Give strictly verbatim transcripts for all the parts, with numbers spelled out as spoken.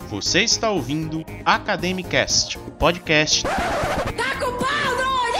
Você está ouvindo Academicast, o podcast... Tá com pau,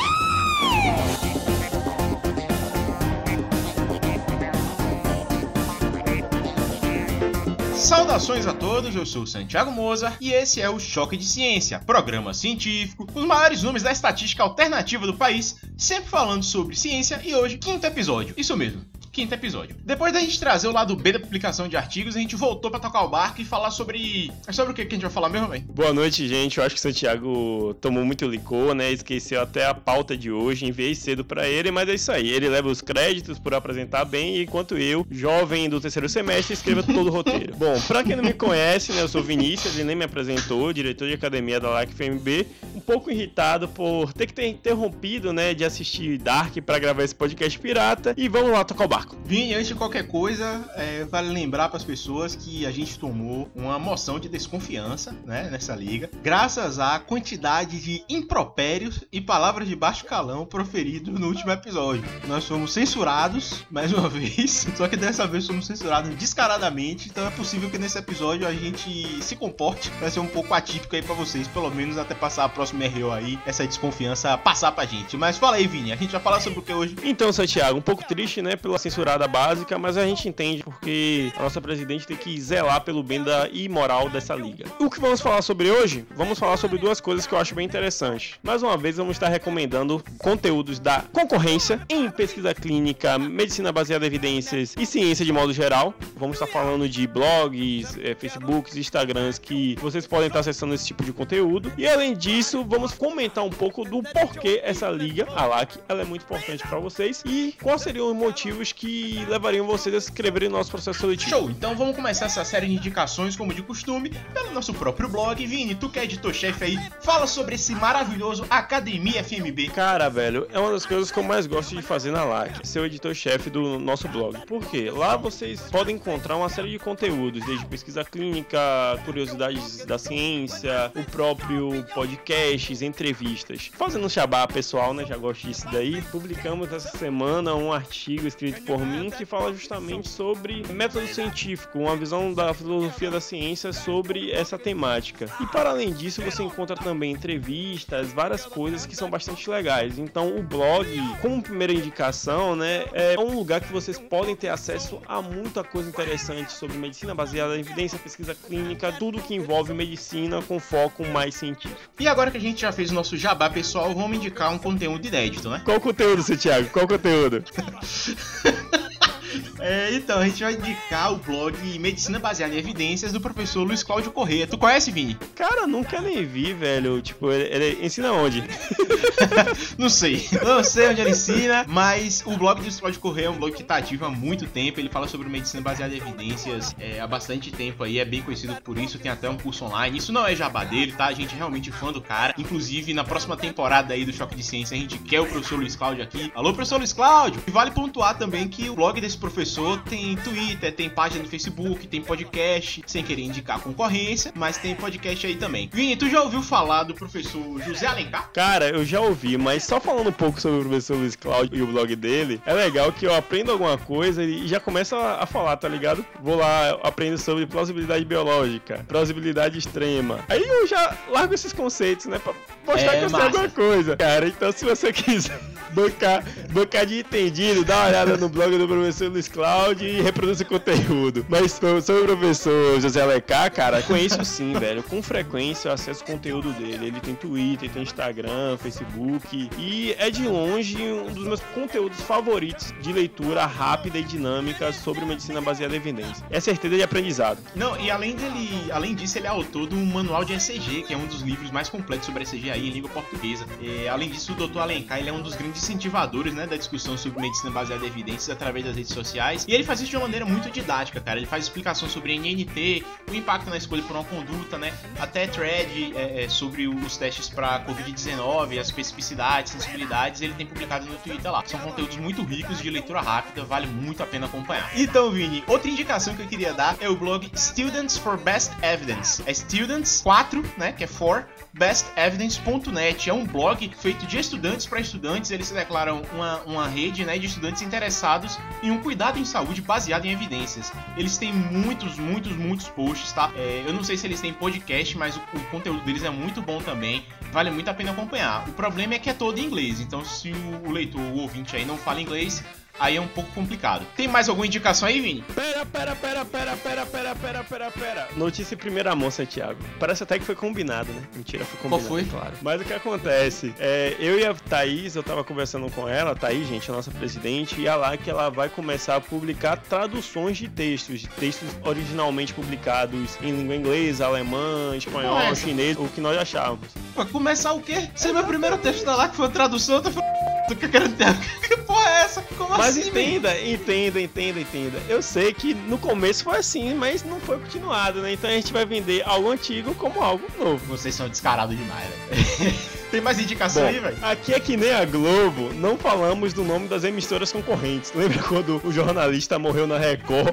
Saudações a todos, eu sou o Santiago Moza e esse é o Choque de Ciência, programa científico com os maiores nomes da estatística alternativa do país, sempre falando sobre ciência e hoje, quinto episódio, isso mesmo. Quinto episódio. Depois da gente trazer o lado B da publicação de artigos, a gente voltou pra tocar o barco e falar sobre... É sobre o que que a gente vai falar mesmo, velho? Boa noite, gente. Eu acho que o Santiago tomou muito licor, né? Esqueceu até a pauta de hoje, enviei cedo pra ele, mas é isso aí. Ele leva os créditos por apresentar bem, enquanto eu, jovem do terceiro semestre, escrevo todo o roteiro. Bom, pra quem não me conhece, né? Eu sou Vinícius, ele nem me apresentou, diretor de academia da L A C F M B, um pouco irritado por ter que ter interrompido, né? De assistir Dark pra gravar esse podcast pirata. E vamos lá tocar o barco. Vini, antes de qualquer coisa, é, vale lembrar para as pessoas que a gente tomou uma moção de desconfiança, né, nessa liga, graças à quantidade de impropérios e palavras de baixo calão proferidos no último episódio. Nós fomos censurados, mais uma vez, só que dessa vez fomos censurados descaradamente, então é possível que nesse episódio a gente se comporte, vai ser um pouco atípico aí para vocês, pelo menos até passar a próxima R O aí, essa desconfiança passar pra gente. Mas fala aí, Vini, a gente vai falar sobre o que hoje? Então, Santiago, um pouco triste, né, pela censurada básica, mas a gente entende porque a nossa presidente tem que zelar pelo bem da e moral dessa liga. O que vamos falar sobre hoje? Vamos falar sobre duas coisas que eu acho bem interessantes. Mais uma vez, vamos estar recomendando conteúdos da concorrência em pesquisa clínica, medicina baseada em evidências e ciência de modo geral. Vamos estar falando de blogs, é, Facebooks, Instagrams que vocês podem estar acessando esse tipo de conteúdo. E além disso, vamos comentar um pouco do porquê essa liga, a L A C, ela é muito importante para vocês e quais seriam os motivos que levariam vocês a se inscreverem no nosso processo seletivo. Show! Então vamos começar essa série de indicações, como de costume, pelo nosso próprio blog. Vini, tu que é editor-chefe aí, fala sobre esse maravilhoso Academia F M B. Cara, velho, é uma das coisas que eu mais gosto de fazer na L A C, ser o editor-chefe do nosso blog. Por quê? Lá vocês podem encontrar uma série de conteúdos, desde pesquisa clínica, curiosidades da ciência, o próprio podcasts, entrevistas. Fazendo um jabá pessoal, né, já gosto disso daí, publicamos essa semana um artigo escrito por mim que fala justamente sobre método científico, uma visão da filosofia da ciência sobre essa temática. E para além disso, você encontra também entrevistas, várias coisas que são bastante legais. Então, o blog, como primeira indicação, né, é um lugar que vocês podem ter acesso a muita coisa interessante sobre medicina baseada em evidência, pesquisa clínica, tudo que envolve medicina com foco mais científico. E agora que a gente já fez o nosso jabá pessoal, vamos indicar um conteúdo inédito, né? Qual conteúdo, Santiago? Qual conteúdo? É, então, a gente vai indicar o blog Medicina Baseada em Evidências do professor Luiz Cláudio Corrêa. Tu conhece, Vini? Cara, nunca nem vi, velho. Tipo, ele, ele ensina onde? Não sei. Não sei onde ele ensina, mas o blog do Luiz Cláudio Corrêa é um blog que tá ativo há muito tempo. Ele fala sobre medicina baseada em evidências é, há bastante tempo aí. É bem conhecido por isso. Tem até um curso online. Isso não é jabá dele, tá? A gente é realmente fã do cara. Inclusive, na próxima temporada aí do Choque de Ciência, a gente quer o professor Luiz Cláudio aqui. Alô, professor Luiz Cláudio! E vale pontuar também que o blog desse professor tem Twitter, tem página no Facebook, tem podcast, sem querer indicar concorrência, mas tem podcast aí também. Vini, tu já ouviu falar do professor José Alencar? Cara, eu já ouvi, mas só falando um pouco sobre o professor Luiz Cláudio e o blog dele, é legal que eu aprendo alguma coisa e já começo a, a falar, tá ligado? Vou lá, eu aprendo sobre plausibilidade biológica, plausibilidade extrema. Aí eu já largo esses conceitos, né, pra mostrar é, que eu sei alguma coisa. Cara, então se você quiser bancar, bancar de entendido, dá uma olhada no blog do professor Luiz Cláudio e reproduz o conteúdo. Mas sobre o professor José Alencar, cara, conheço sim, velho. Com frequência eu acesso o conteúdo dele. Ele tem Twitter, tem Instagram, Facebook. E é de longe um dos meus conteúdos favoritos de leitura rápida e dinâmica sobre medicina baseada em evidência. É certeza de aprendizado. Não, e além dele, além disso, ele é autor do Manual de E C G, que é um dos livros mais completos sobre E C G aí em língua portuguesa. E, além disso, o doutor Alencar, ele é um dos grandes incentivadores, né, da discussão sobre medicina baseada em evidências através das redes sociais. E ele faz isso de uma maneira muito didática, cara. Ele faz explicação sobre N N T, o impacto na escolha por uma conduta, né? Até thread é, é, sobre os testes para covid dezenove, as especificidades, sensibilidades, ele tem publicado no Twitter lá. São conteúdos muito ricos, de leitura rápida, vale muito a pena acompanhar. Então, Vini, outra indicação que eu queria dar é o blog Students for Best Evidence. É Students quatro, né? Que é for best evidence ponto net. É um blog feito de estudantes para estudantes. Eles se declaram uma, uma rede, né, de estudantes interessados em um cuidado em saúde baseado em evidências. Eles têm muitos, muitos, muitos posts, tá? É, eu não sei se eles têm podcast, mas o, o conteúdo deles é muito bom também. Vale muito a pena acompanhar. O problema é que é todo em inglês, então se o, o leitor, o ouvinte aí não fala inglês, aí é um pouco complicado. Tem mais alguma indicação aí, Vini? Pera, pera, pera, pera, pera, pera, pera, pera, pera. Notícia em primeira mão, Santiago. Parece até que foi combinado, né? Mentira, foi combinado. Qual foi? Claro. Mas o que acontece? É, eu e a Thaís, eu tava conversando com ela, a Thaís, gente, a nossa presidente, e a lá que ela vai começar a publicar traduções de textos, de textos originalmente publicados em língua inglesa, alemã, espanhol, Ué, chinês, o que nós achávamos. Vai começar o quê? Esse é meu primeiro texto da lá que foi a tradução, eu tô falando. Que eu quero ter... Que porra é essa? Como mas assim, entenda, velho? entenda, entenda, entenda. Eu sei que no começo foi assim, mas não foi continuado, né? Então a gente vai vender algo antigo como algo novo. Vocês são descarados demais, velho. Tem mais indicação Bom, aí, velho? Aqui é que nem a Globo, não falamos do nome das emissoras concorrentes. Lembra quando o jornalista morreu na Record?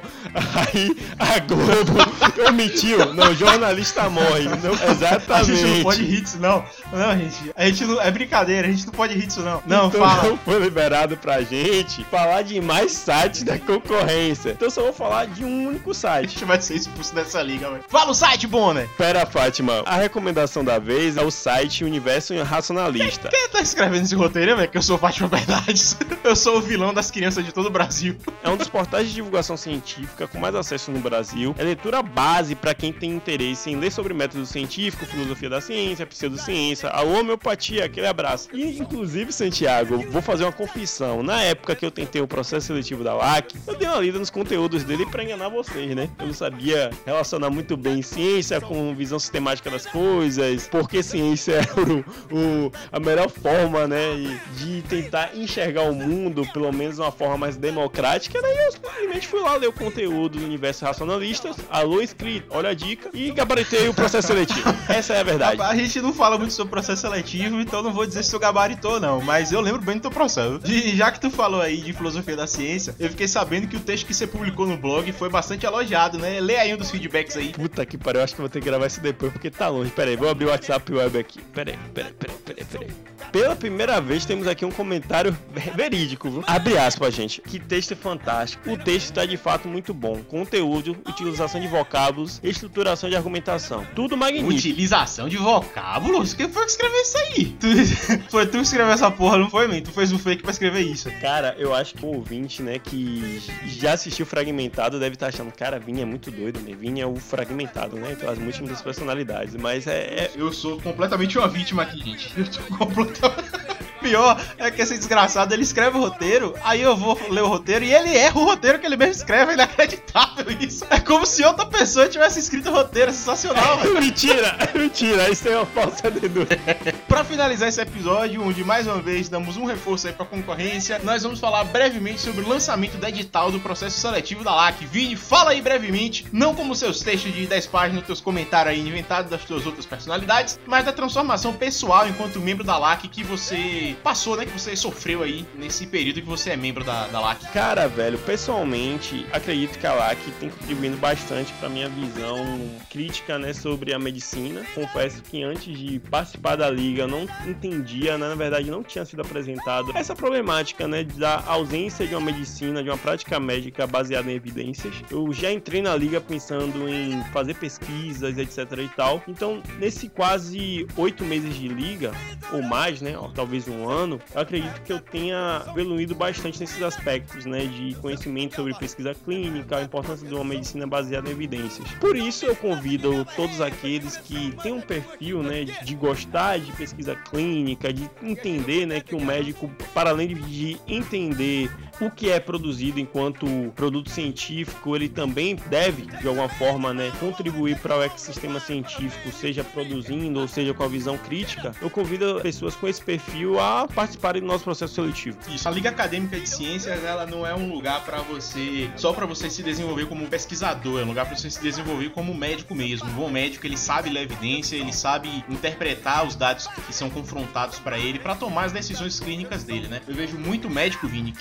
Aí a Globo omitiu. Não, o jornalista morre. Não, exatamente. A gente não pode rir disso, não. Não, gente. A gente não... É brincadeira, a gente não pode rir disso, não. Não, então fala. Não foi liberado pra gente falar de mais sites da concorrência. Então eu só vou falar de um único A site. gente vai ser expulso dessa liga, velho. Fala o site, Bonner! Pera, Fátima. A recomendação da vez é o site Universo Racionalista. Quem tá escrevendo esse roteiro, velho? Que eu sou Fátima Bernardes. Eu sou o vilão das crianças de todo o Brasil. É um dos portais de divulgação científica com mais acesso no Brasil. É leitura base para quem tem interesse em ler sobre método científico, filosofia da ciência, pseudociência, a homeopatia, aquele abraço. E, inclusive, Santiago, vou fazer uma confissão. Na época que eu tentei o processo seletivo da L A C, eu dei uma lida nos conteúdos dele para enganar vocês, né? Eu não sabia relacionar muito bem ciência com visão sistemática das coisas, porque ciência é o, o, a melhor forma, né, de tentar enxergar o mundo, pelo menos de uma forma mais democrática. Daí eu simplesmente fui lá ler o conteúdo do Universo Racionalistas, alô inscrito, olha a dica, e gabaritei o processo seletivo. Essa é a verdade. A gente não fala muito sobre processo seletivo, então não vou dizer se tu gabaritou, não. Mas eu lembro bem do teu processo. De, já que tu falou aí de filosofia da ciência, eu fiquei sabendo que o texto que você publicou no blog foi bastante elogiado, né? Lê aí um dos feedbacks aí. Puta que pariu, eu acho que eu vou ter que gravar isso depois, porque tá longe. Pera aí, vou abrir o WhatsApp web aqui. Pera aí, pera aí, pera aí, pera aí, pera aí. Pela primeira vez temos aqui um comentário verídico, viu? Abre aspas, gente. Que texto fantástico. O texto está de fato muito bom. Conteúdo, utilização de vocábulos, estruturação de argumentação. Tudo magnífico. Utilização de vocábulos? Quem foi que escreveu isso aí? Tu... Foi tu que escreveu essa porra, não foi, man? Tu fez um fake pra escrever isso. Cara, eu acho que o ouvinte, né, que já assistiu Fragmentado deve estar achando, cara, Vini é muito doido, né? Vini é o Fragmentado, né? Pelas múltiplas personalidades. Mas é, é... Eu sou completamente uma vítima aqui, gente. Eu tô completamente... Pior é que esse desgraçado, ele escreve o roteiro, aí eu vou ler o roteiro e ele erra o roteiro que ele mesmo escreve. É inacreditável isso. É como se outra pessoa tivesse escrito o roteiro. É sensacional, velho. Mentira, mentira, isso é uma falsa denúncia. Pra finalizar esse episódio, onde mais uma vez damos um reforço aí pra concorrência, nós vamos falar brevemente sobre o lançamento da edital do processo seletivo da L A C. Vini, fala aí brevemente, não como seus textos de dez páginas, teus comentários aí inventados das tuas outras personalidades, mas da transformação pessoal enquanto membro da L A C que você passou, né, que você sofreu aí nesse período que você é membro da, da L A C. Cara, velho, pessoalmente, acredito que a L A C tem contribuindo bastante pra minha visão crítica, né, sobre a medicina. Confesso que antes de participar da liga eu não entendia, né, na verdade não tinha sido apresentado essa problemática, né, da ausência de uma medicina, de uma prática médica baseada em evidências. Eu já entrei na liga pensando em fazer pesquisas, etc e tal. Então, nesse quase oito meses de liga, ou mais, né, ó, talvez um ano, eu acredito que eu tenha evoluído bastante nesses aspectos, né, de conhecimento sobre pesquisa clínica, a importância de uma medicina baseada em evidências. Por isso eu convido todos aqueles que têm um perfil, né, de, de gostar de pesquisa clínica, de entender, né, que o médico, para além de entender o que é produzido enquanto produto científico, ele também deve, de alguma forma, né, contribuir para o ecossistema científico, seja produzindo ou seja com a visão crítica. Eu convido pessoas com esse perfil a participarem do nosso processo seletivo. Isso, a Liga Acadêmica de Ciências, ela não é um lugar para você, só para você se desenvolver como pesquisador, é um lugar para você se desenvolver como médico mesmo. Um bom médico, ele sabe ler evidência, ele sabe interpretar os dados que são confrontados para ele, para tomar as decisões clínicas dele, né? Eu vejo muito médico, Vini, que não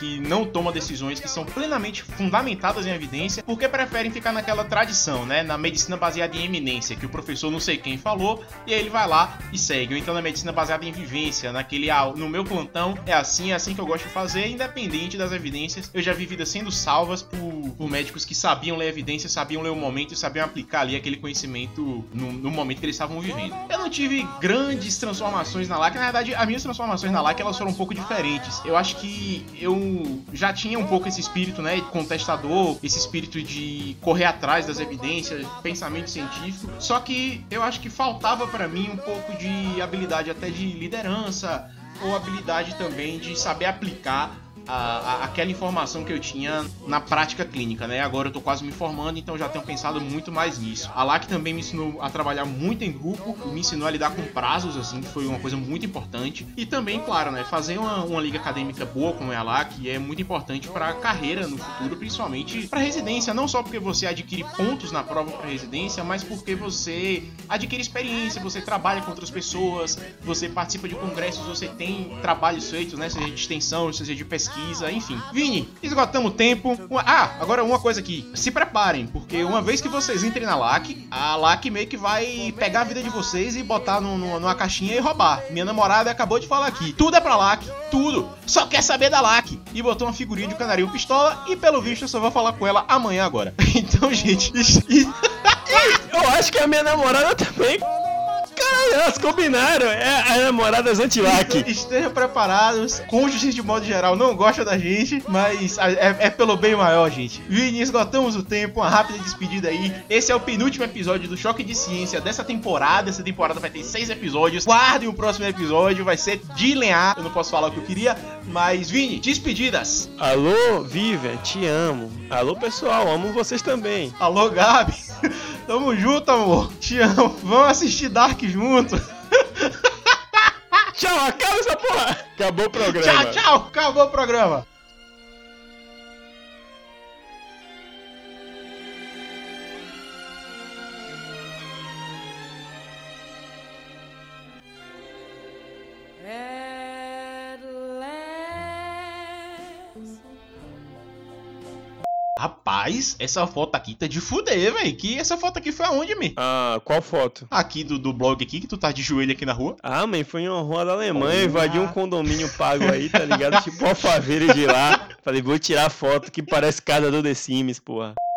não tomam decisões que são plenamente fundamentadas em evidência, porque preferem ficar naquela tradição, né, na medicina baseada em eminência, que o professor não sei quem falou, e aí ele vai lá e segue. Ou então na medicina baseada em vivência, naquele, ah, no meu plantão é assim, é assim que eu gosto de fazer, independente das evidências. Eu já vi vidas sendo salvas por, por médicos que sabiam ler evidência, sabiam ler o momento e sabiam aplicar ali aquele conhecimento no, no momento que eles estavam vivendo. Eu não tive grandes transformações na L A C, na verdade, as minhas transformações na L A C, elas foram um pouco diferentes. Eu acho que eu já tinha um pouco esse espírito, né, contestador, esse espírito de correr atrás das evidências, pensamento científico, só que eu acho que faltava para mim um pouco de habilidade até de liderança, ou habilidade também de saber aplicar A, a, aquela informação que eu tinha na prática clínica, né? Agora eu tô quase me formando, então já tenho pensado muito mais nisso. A L A C também me ensinou a trabalhar muito em grupo, me ensinou a lidar com prazos, assim, que foi uma coisa muito importante. E também, claro, né? Fazer uma, uma liga acadêmica boa como é a L A C é muito importante para a carreira no futuro, principalmente para residência. Não só porque você adquire pontos na prova para residência, mas porque você adquire experiência, você trabalha com outras pessoas, você participa de congressos, você tem trabalhos feitos, né? Seja de extensão, seja de pesquisa, enfim. Vini, esgotamos o tempo. Ah, agora uma coisa aqui. Se preparem, porque uma vez que vocês entrem na L A C, a L A C meio que vai pegar a vida de vocês e botar no, no, numa caixinha e roubar. Minha namorada acabou de falar aqui. Tudo é pra L A C, tudo. Só quer saber da L A C. E botou uma figurinha de canarinho pistola e pelo visto eu só vou falar com ela amanhã agora. Então, gente... Eu acho que a minha namorada também... Caralho, elas combinaram, é as namoradas anti-L A C. Estejam preparados, cônjuges de modo geral não gostam da gente, mas é, é pelo bem maior, gente. Vini, esgotamos o tempo, uma rápida despedida aí. Esse é o penúltimo episódio do Choque de Ciência dessa temporada. Essa temporada vai ter seis episódios. Guardem o próximo episódio, vai ser de lenhar. Eu não posso falar o que eu queria, mas Vini, despedidas. Alô, Vivian, te amo. Alô, pessoal, amo vocês também. Alô, Gabi. Tamo junto, amor. Te amo. Vamos assistir Dark junto. Tchau, acaba essa porra. Acabou o programa. Tchau, tchau. Acabou o programa. Rapaz, essa foto aqui tá de fuder, velho. Que essa foto aqui foi aonde, me? Ah, qual foto? Aqui do, do blog aqui, que tu tá de joelho aqui na rua. Ah, mãe, foi em uma rua da Alemanha, oh, invadiu um condomínio pago aí, tá ligado? Tipo Alphaville de lá. Falei, vou tirar foto que parece casa do The Sims, porra.